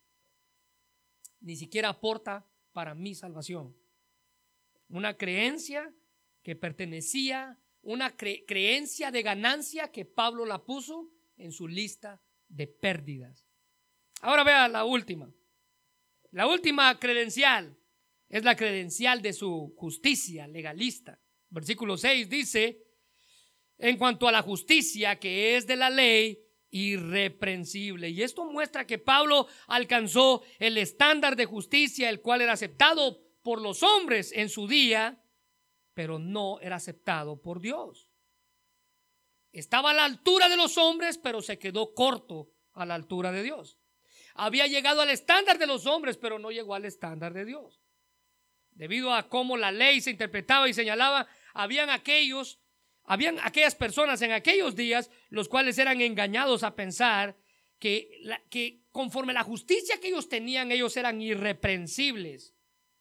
ni siquiera aporta para mi salvación. Una creencia que pertenecía, una cre- creencia de ganancia que Pablo la puso en su lista de pérdidas. Ahora vea la última. La última credencial es la credencial de su justicia legalista. Versículo seis dice, en cuanto a la justicia que es de la ley, irreprensible. Y esto muestra que Pablo alcanzó el estándar de justicia, el cual era aceptado por los hombres en su día, pero no era aceptado por Dios. Estaba a la altura de los hombres, pero se quedó corto a la altura de Dios. Había llegado al estándar de los hombres, pero no llegó al estándar de Dios. Debido a cómo la ley se interpretaba y señalaba, habían aquellos, habían aquellas personas en aquellos días, los cuales eran engañados a pensar que, la, que conforme la justicia que ellos tenían, ellos eran irreprensibles.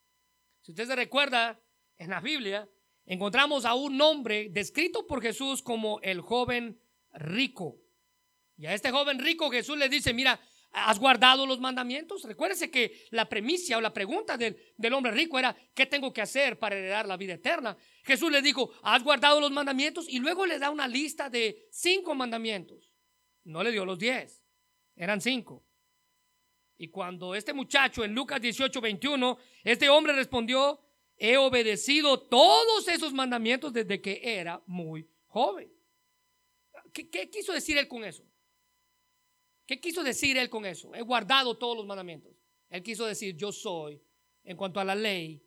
Si usted se recuerda, en la Biblia encontramos a un hombre descrito por Jesús como el joven rico. Y a este joven rico Jesús le dice, mira, ¿has guardado los mandamientos? Recuérdese que la premisa o la pregunta del, del hombre rico era, ¿qué tengo que hacer para heredar la vida eterna? Jesús le dijo, ¿has guardado los mandamientos? Y luego le da una lista de cinco mandamientos. No le dio los diez, eran cinco. Y cuando este muchacho en Lucas dieciocho, veintiuno, este hombre respondió, he obedecido todos esos mandamientos desde que era muy joven. ¿Qué, qué quiso decir él con eso? ¿Qué quiso decir él con eso? He guardado todos los mandamientos. Él quiso decir, yo soy, en cuanto a la ley,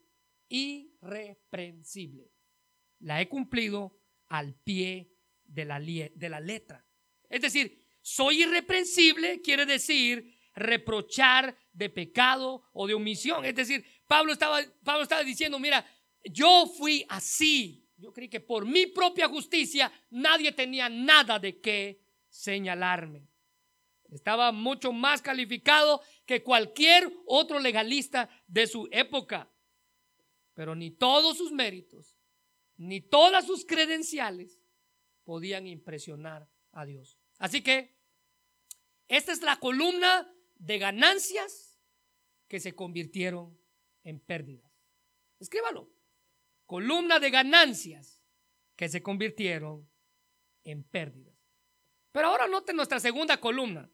irreprensible. La he cumplido al pie de la, de la letra. Es decir, soy irreprensible quiere decir reprochar de pecado o de omisión. Es decir, Pablo estaba, Pablo estaba diciendo, mira, yo fui así. Yo creí que por mi propia justicia nadie tenía nada de qué señalarme. Estaba mucho más calificado que cualquier otro legalista de su época. Pero ni todos sus méritos, ni todas sus credenciales podían impresionar a Dios. Así que esta es la columna de ganancias que se convirtieron en pérdidas. Escríbalo. Columna de ganancias que se convirtieron en pérdidas. Pero ahora noten nuestra segunda columna.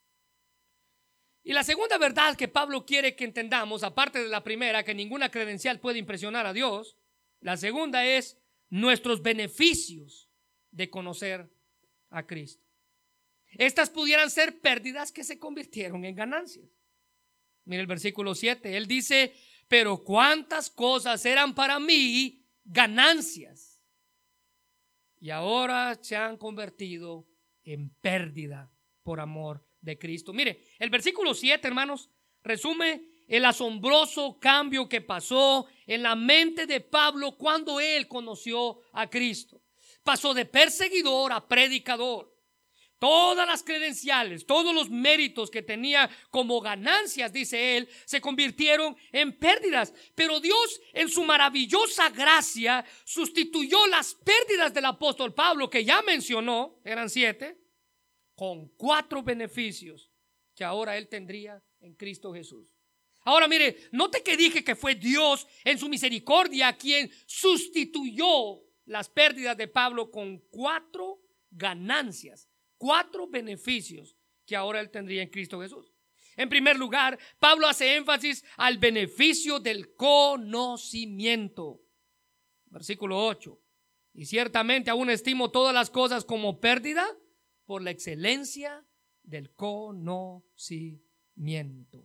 Y la segunda verdad que Pablo quiere que entendamos, aparte de la primera, que ninguna credencial puede impresionar a Dios, la segunda es nuestros beneficios de conocer a Cristo. Estas pudieran ser pérdidas que se convirtieron en ganancias. Mira el versículo siete, él dice, pero cuántas cosas eran para mí ganancias y ahora se han convertido en pérdida por amor de Cristo. Mire, el versículo siete, hermanos, resume el asombroso cambio que pasó en la mente de Pablo cuando él conoció a Cristo. Pasó de perseguidor a predicador. Todas las credenciales, todos los méritos que tenía como ganancias, dice él, se convirtieron en pérdidas. Pero Dios, en su maravillosa gracia, sustituyó las pérdidas del apóstol Pablo, que ya mencionó, eran siete, con cuatro beneficios que ahora él tendría en Cristo Jesús. Ahora mire, note que dije que fue Dios en su misericordia quien sustituyó las pérdidas de Pablo con cuatro ganancias, cuatro beneficios que ahora él tendría en Cristo Jesús. En primer lugar, Pablo hace énfasis al beneficio del conocimiento. Versículo ocho. Y ciertamente aún estimo todas las cosas como pérdida por la excelencia del conocimiento.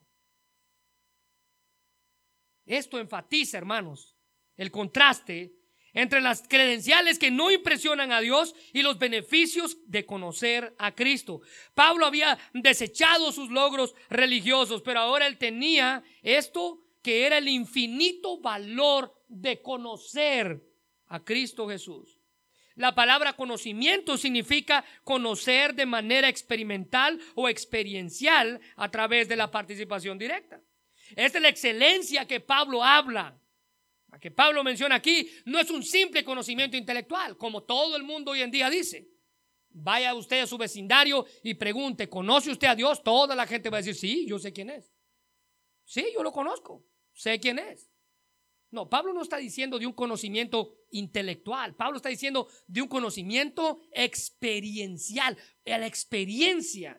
Esto enfatiza, hermanos, el contraste entre las credenciales que no impresionan a Dios y los beneficios de conocer a Cristo. Pablo había desechado sus logros religiosos, pero ahora él tenía esto que era el infinito valor de conocer a Cristo Jesús. La palabra conocimiento significa conocer de manera experimental o experiencial a través de la participación directa. Esta es la excelencia que Pablo habla. La que Pablo menciona aquí no es un simple conocimiento intelectual, como todo el mundo hoy en día dice. Vaya usted a su vecindario y pregunte, ¿conoce usted a Dios? Toda la gente va a decir, sí, yo sé quién es. Sí, yo lo conozco, sé quién es. No, Pablo no está diciendo de un conocimiento intelectual. Pablo está diciendo de un conocimiento experiencial, la experiencia.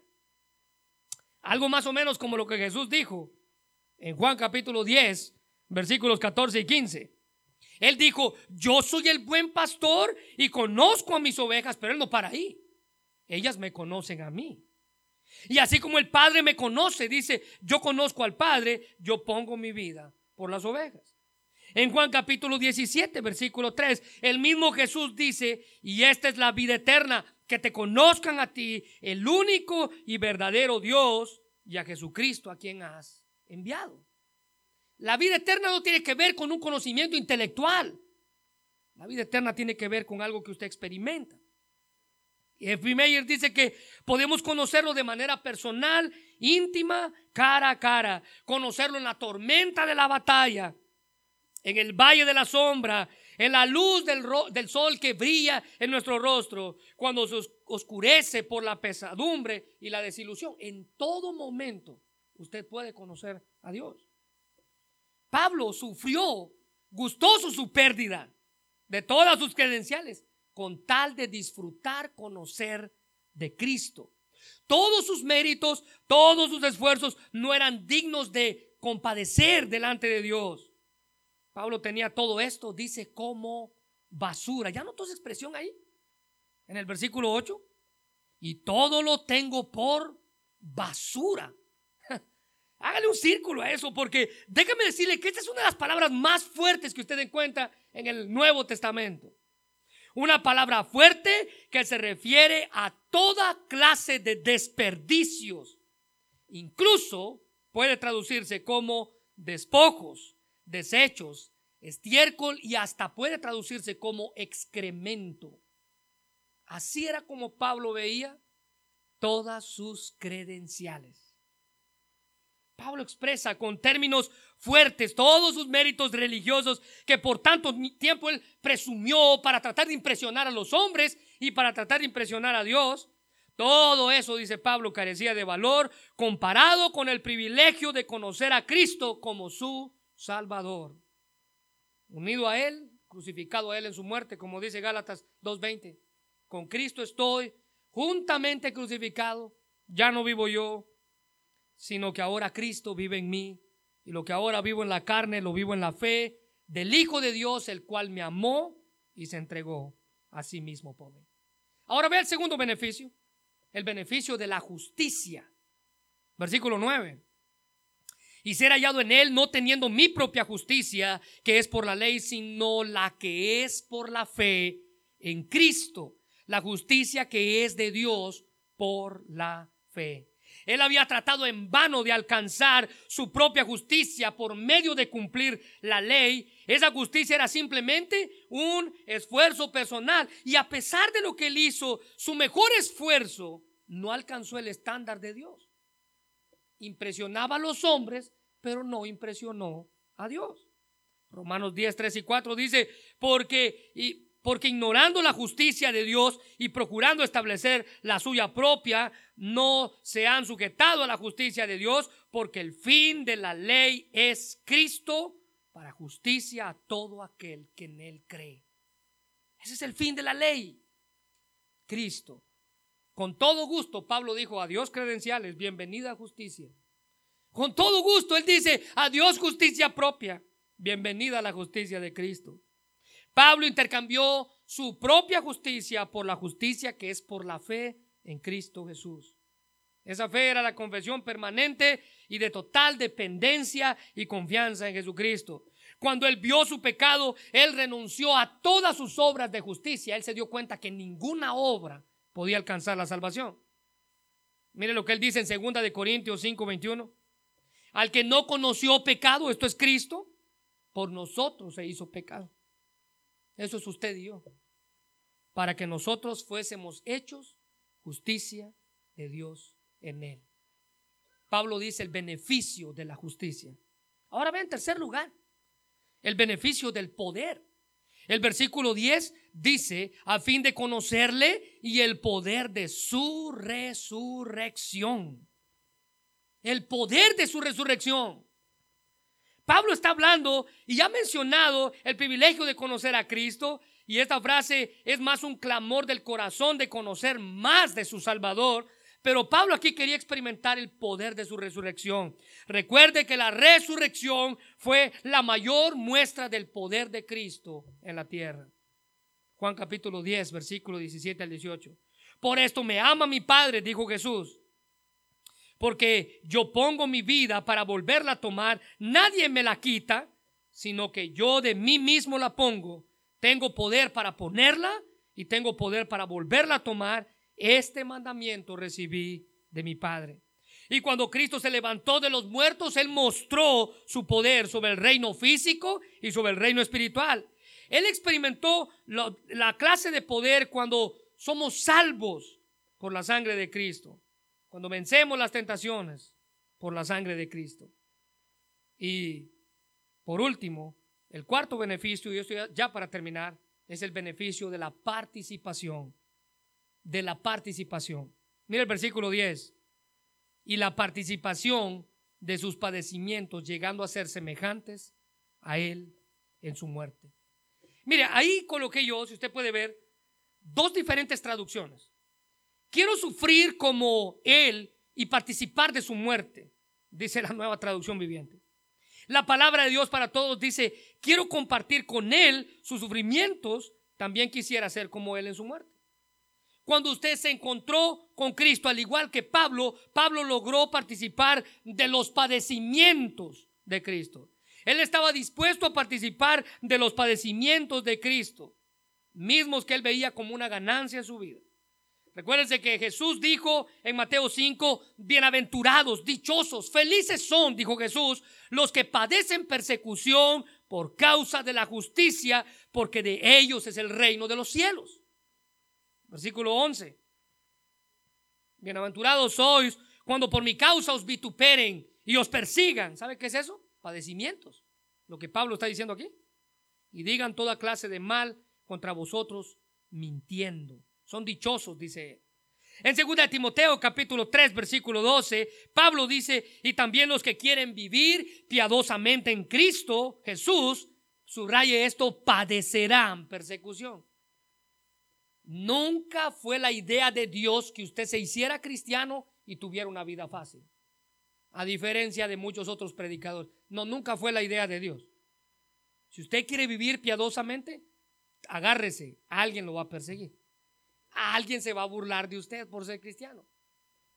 Algo más o menos como lo que Jesús dijo en Juan capítulo diez, versículos catorce y quince. Él dijo, yo soy el buen pastor y conozco a mis ovejas, pero él no para ahí. Ellas me conocen a mí. Y así como el Padre me conoce, dice, yo conozco al Padre, yo pongo mi vida por las ovejas. En Juan capítulo diecisiete, versículo tres, el mismo Jesús dice, y esta es la vida eterna, que te conozcan a ti, el único y verdadero Dios, y a Jesucristo a quien has enviado. La vida eterna no tiene que ver con un conocimiento intelectual. La vida eterna tiene que ver con algo que usted experimenta. F. Meyer dice que podemos conocerlo de manera personal, íntima, cara a cara. Conocerlo en la tormenta de la batalla, en el valle de la sombra, en la luz del, ro- del sol que brilla en nuestro rostro, cuando se os- oscurece por la pesadumbre y la desilusión. En todo momento usted puede conocer a Dios. Pablo sufrió, gustoso su pérdida de todas sus credenciales, con tal de disfrutar, conocer de Cristo. Todos sus méritos, todos sus esfuerzos no eran dignos de compadecer delante de Dios. Pablo tenía todo esto, dice, como basura. ¿Ya notó esa expresión ahí? En el versículo ocho. Y todo lo tengo por basura. Hágale un círculo a eso, porque déjame decirle que esta es una de las palabras más fuertes que usted encuentra en el Nuevo Testamento. Una palabra fuerte que se refiere a toda clase de desperdicios. Incluso puede traducirse como despojos, desechos, estiércol y hasta puede traducirse como excremento. Así era como Pablo veía todas sus credenciales. Pablo expresa con términos fuertes todos sus méritos religiosos que por tanto tiempo él presumió para tratar de impresionar a los hombres y para tratar de impresionar a Dios. Todo eso, dice Pablo, carecía de valor comparado con el privilegio de conocer a Cristo como su Salvador. Unido a Él, crucificado a Él en su muerte, como dice Gálatas dos veinte. Con Cristo estoy juntamente crucificado, ya no vivo yo, sino que ahora Cristo vive en mí, y lo que ahora vivo en la carne lo vivo en la fe del Hijo de Dios, el cual me amó y se entregó a sí mismo por mí. Ahora ve el segundo beneficio, el beneficio de la justicia. Versículo nueve. y ser hallado en él, no teniendo mi propia justicia, que es por la ley, sino la que es por la fe en Cristo, la justicia que es de Dios por la fe. Él había tratado en vano de alcanzar su propia justicia por medio de cumplir la ley. Esa justicia era simplemente un esfuerzo personal, y a pesar de lo que él hizo, su mejor esfuerzo no alcanzó el estándar de Dios. Impresionaba a los hombres, pero no impresionó a Dios. Romanos diez, tres y cuatro dice: porque, y, porque ignorando la justicia de Dios y procurando establecer la suya propia, no se han sujetado a la justicia de Dios, porque el fin de la ley es Cristo para justicia a todo aquel que en él cree. Ese es el fin de la ley, Cristo. Con todo gusto, Pablo dijo: adiós credenciales, bienvenida justicia. Con todo gusto, él dice: adiós justicia propia, bienvenida a la justicia de Cristo. Pablo intercambió su propia justicia por la justicia que es por la fe en Cristo Jesús. Esa fe era la confesión permanente y de total dependencia y confianza en Jesucristo. Cuando él vio su pecado, él renunció a todas sus obras de justicia. Él se dio cuenta que ninguna obra podía alcanzar la salvación. Mire lo que él dice en segunda de Corintios cinco, veintiuno. Al que no conoció pecado, esto es Cristo, por nosotros se hizo pecado. Eso es usted y yo, para que nosotros fuésemos hechos justicia de Dios en él. Pablo dice el beneficio de la justicia. Ahora ve, en tercer lugar, el beneficio del poder. El versículo diez dice: a fin de conocerle y el poder de su resurrección. El poder de su resurrección. Pablo está hablando y ha mencionado el privilegio de conocer a Cristo, y esta frase es más un clamor del corazón de conocer más de su Salvador. Pero Pablo aquí quería experimentar el poder de su resurrección. Recuerde que la resurrección fue la mayor muestra del poder de Cristo en la tierra. Juan capítulo diez, versículo diecisiete al dieciocho. Por esto me ama mi Padre, dijo Jesús, porque yo pongo mi vida para volverla a tomar. Nadie me la quita, sino que yo de mí mismo la pongo. Tengo poder para ponerla y tengo poder para volverla a tomar. Este mandamiento recibí de mi Padre. Y cuando Cristo se levantó de los muertos, Él mostró su poder sobre el reino físico y sobre el reino espiritual. Él experimentó la, la clase de poder cuando somos salvos por la sangre de Cristo, cuando vencemos las tentaciones por la sangre de Cristo. Y por último, el cuarto beneficio, y esto ya, ya para terminar, es el beneficio de la participación. De la participación. Mira el versículo diez. Y la participación de sus padecimientos, llegando a ser semejantes a él en su muerte. Mire, ahí coloqué yo, si usted puede ver, dos diferentes traducciones. Quiero sufrir como él y participar de su muerte, dice la Nueva Traducción Viviente. La palabra de Dios para todos dice: quiero compartir con él sus sufrimientos, también quisiera ser como él en su muerte. Cuando usted se encontró con Cristo, al igual que Pablo, Pablo logró participar de los padecimientos de Cristo. Él estaba dispuesto a participar de los padecimientos de Cristo, mismos que él veía como una ganancia en su vida. Recuérdense que Jesús dijo en Mateo cinco: bienaventurados, dichosos, felices son, dijo Jesús, los que padecen persecución por causa de la justicia, porque de ellos es el reino de los cielos. Versículo once. Bienaventurados sois cuando por mi causa os vituperen y os persigan. ¿Sabe qué es eso? Padecimientos. Lo que Pablo está diciendo aquí. Y digan toda clase de mal contra vosotros mintiendo. Son dichosos, dice él. En segunda de Timoteo capítulo tres versículo doce, Pablo dice: y también los que quieren vivir piadosamente en Cristo Jesús, subraye esto, padecerán persecución. Nunca fue la idea de Dios que usted se hiciera cristiano y tuviera una vida fácil, a diferencia de muchos otros predicadores. No, nunca fue la idea de Dios. Si usted quiere vivir piadosamente, agárrese, alguien lo va a perseguir, alguien se va a burlar de usted por ser cristiano.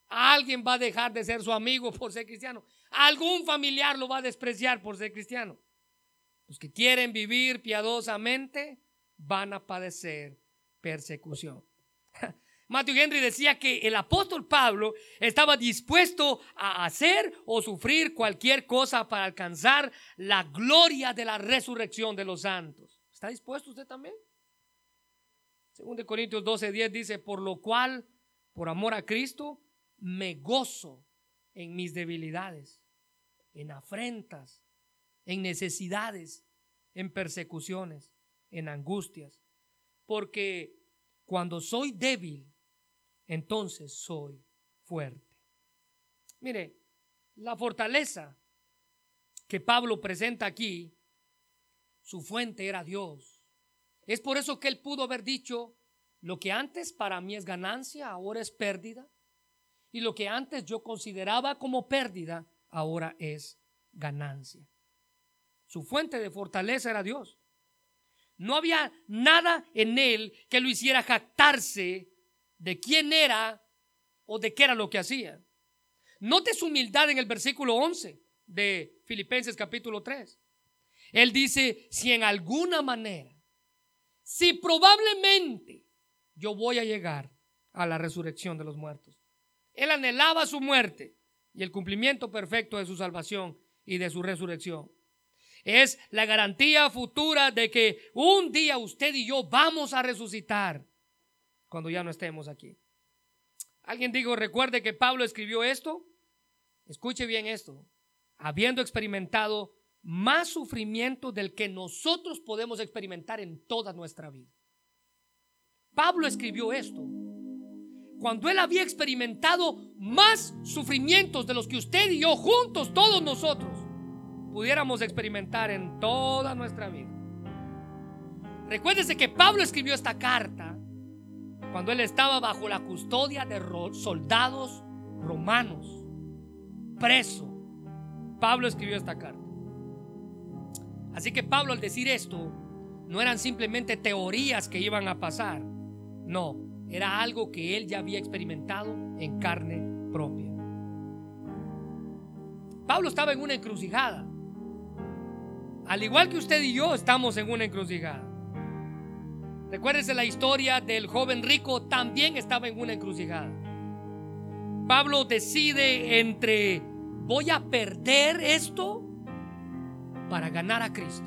Alguien va a dejar de ser su amigo por ser cristiano. Algún familiar lo va a despreciar por ser cristiano. Los que quieren vivir piadosamente van a padecer persecución. Matthew Henry decía que el apóstol Pablo estaba dispuesto a hacer o sufrir cualquier cosa para alcanzar la gloria de la resurrección de los santos. ¿Está dispuesto usted también? Según de Corintios doce diez dice: por lo cual, por amor a Cristo, me gozo en mis debilidades, en afrentas, en necesidades, en persecuciones, en angustias, porque cuando soy débil, entonces soy fuerte. Mire, la fortaleza que Pablo presenta aquí, su fuente era Dios. Es por eso que él pudo haber dicho: lo que antes para mí es ganancia, ahora es pérdida, y lo que antes yo consideraba como pérdida, ahora es ganancia. Su fuente de fortaleza era Dios. No había nada en él que lo hiciera jactarse de quién era o de qué era lo que hacía. Note su humildad en el versículo once de Filipenses capítulo tres. Él dice: si en alguna manera, si probablemente yo voy a llegar a la resurrección de los muertos. Él anhelaba su muerte y el cumplimiento perfecto de su salvación y de su resurrección. Es la garantía futura de que un día usted y yo vamos a resucitar cuando ya no estemos aquí. Alguien dijo: recuerde que Pablo escribió esto. Escuche bien esto: habiendo experimentado más sufrimiento del que nosotros podemos experimentar en toda nuestra vida. Pablo escribió esto cuando él había experimentado más sufrimientos de los que usted y yo juntos, todos nosotros, pudiéramos experimentar en toda nuestra vida. Recuérdese que Pablo escribió esta carta cuando él estaba bajo la custodia de soldados romanos, preso. Pablo escribió esta carta. Así que Pablo, al decir esto, no eran simplemente teorías que iban a pasar. No, era algo que él ya había experimentado en carne propia. Pablo estaba en una encrucijada. Al igual que usted y yo estamos en una encrucijada. Recuérdese la historia del joven rico, también estaba en una encrucijada. Pablo decide entre: voy a perder esto para ganar a Cristo.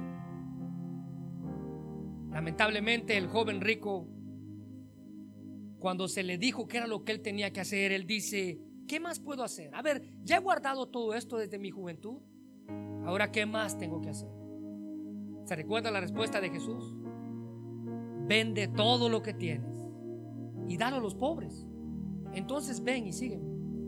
Lamentablemente, el joven rico, cuando se le dijo qué era lo que él tenía que hacer, él dice: ¿qué más puedo hacer? A ver, ya he guardado todo esto desde mi juventud. Ahora, ¿qué más tengo que hacer? ¿Se recuerda la respuesta de Jesús? Vende todo lo que tienes y dalo a los pobres. Entonces ven y sígueme.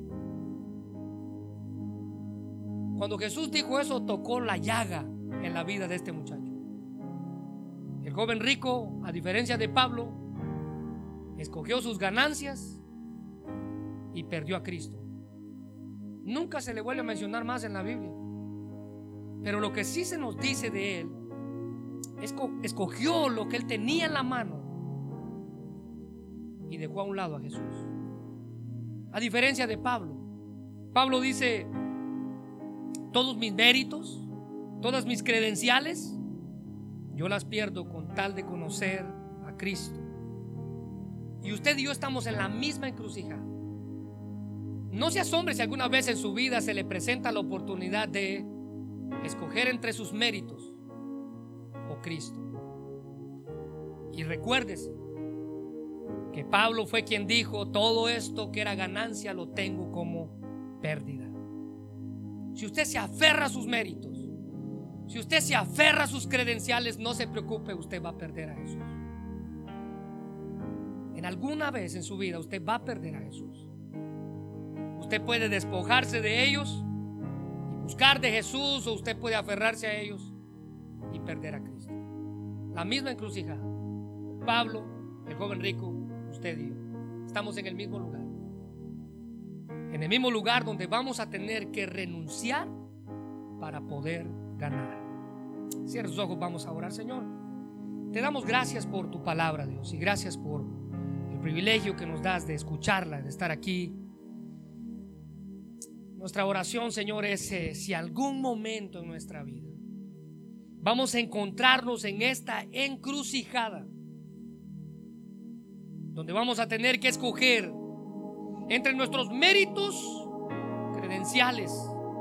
Cuando Jesús dijo eso, tocó la llaga en la vida de este muchacho. El joven rico, a diferencia de Pablo, escogió sus ganancias y perdió a Cristo. Nunca se le vuelve a mencionar más en la Biblia. Pero lo que sí se nos dice de él es que escogió lo que él tenía en la mano y dejó a un lado a Jesús. A diferencia de Pablo, Pablo dice: todos mis méritos, todas mis credenciales, yo las pierdo con tal de conocer a Cristo. Y usted y yo estamos en la misma encrucijada. No se asombre si alguna vez en su vida se le presenta la oportunidad de escoger entre sus méritos o Cristo. Y recuérdese que Pablo fue quien dijo: todo esto que era ganancia lo tengo como pérdida. Si usted se aferra a sus méritos, si usted se aferra a sus credenciales, no se preocupe, usted va a perder a Jesús. En alguna vez en su vida usted va a perder a Jesús. Usted puede despojarse de ellos y buscar de Jesús, o usted puede aferrarse a ellos y perder a Cristo. La misma encrucijada. Pablo, el joven rico, usted y yo estamos en el mismo lugar. En el mismo lugar donde vamos a tener que renunciar para poder ganar. Cierra sus ojos, vamos a orar. Señor, te damos gracias por tu palabra, Dios, y gracias por el privilegio que nos das de escucharla, de estar aquí. Nuestra oración, Señor, es eh, si algún momento en nuestra vida vamos a encontrarnos en esta encrucijada, donde vamos a tener que escoger entre nuestros méritos credenciales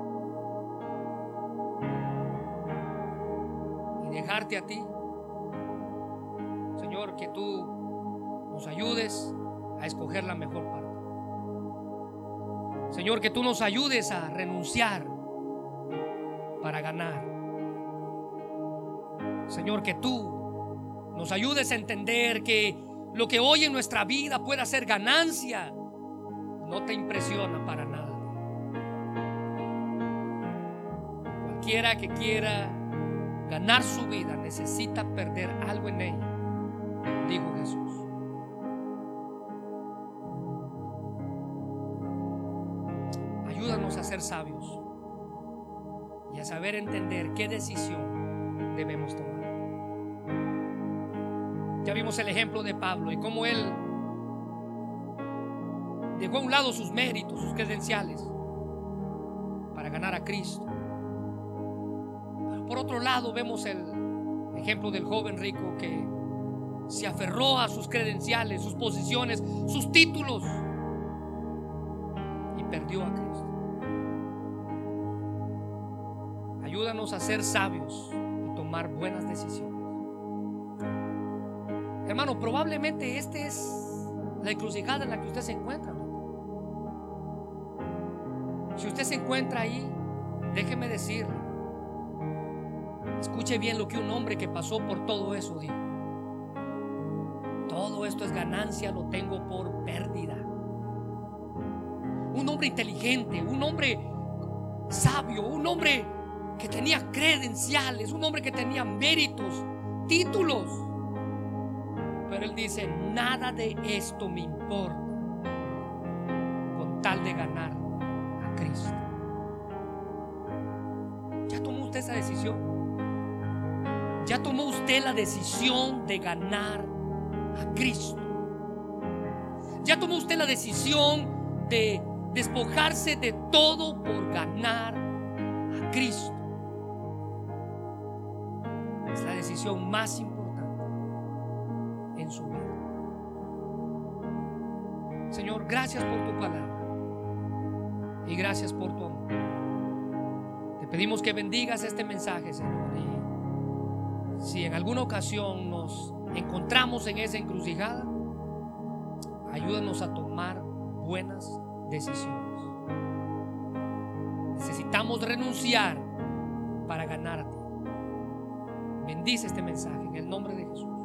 y dejarte a ti, Señor, que tú nos ayudes a escoger la mejor parte. Señor, que tú nos ayudes a renunciar para ganar. Señor, que tú nos ayudes a entender que lo que hoy en nuestra vida pueda ser ganancia no te impresiona para nada. Cualquiera que quiera ganar su vida necesita perder algo en ella, dijo Jesús. Ayúdanos a ser sabios y a saber entender qué decisión debemos tomar. Ya vimos el ejemplo de Pablo y cómo él dejó a un lado sus méritos, sus credenciales, para ganar a Cristo. Pero por otro lado vemos el ejemplo del joven rico que se aferró a sus credenciales, sus posiciones, sus títulos, y perdió a Cristo. Ayúdanos a ser sabios y tomar buenas decisiones. Hermano, probablemente esta es la encrucijada en la que usted se encuentra. Si usted se encuentra ahí, déjeme decirle, escuche bien lo que un hombre que pasó por todo eso dijo: todo esto es ganancia, lo tengo por pérdida. Un hombre inteligente, un hombre sabio, un hombre que tenía credenciales, un hombre que tenía méritos, títulos. Pero él dice: nada de esto me importa con tal de ganar a Cristo. ¿Ya tomó usted esa decisión? ¿Ya tomó usted la decisión de ganar a Cristo? ¿Ya tomó usted la decisión de despojarse de todo por ganar a Cristo? Es la decisión más importante en su vida. Señor, gracias por tu palabra y gracias por tu amor. Te pedimos que bendigas este mensaje, Señor, y si en alguna ocasión nos encontramos en esa encrucijada, ayúdanos a tomar buenas decisiones. Necesitamos renunciar para ganar a ti. Bendice este mensaje en el nombre de Jesús.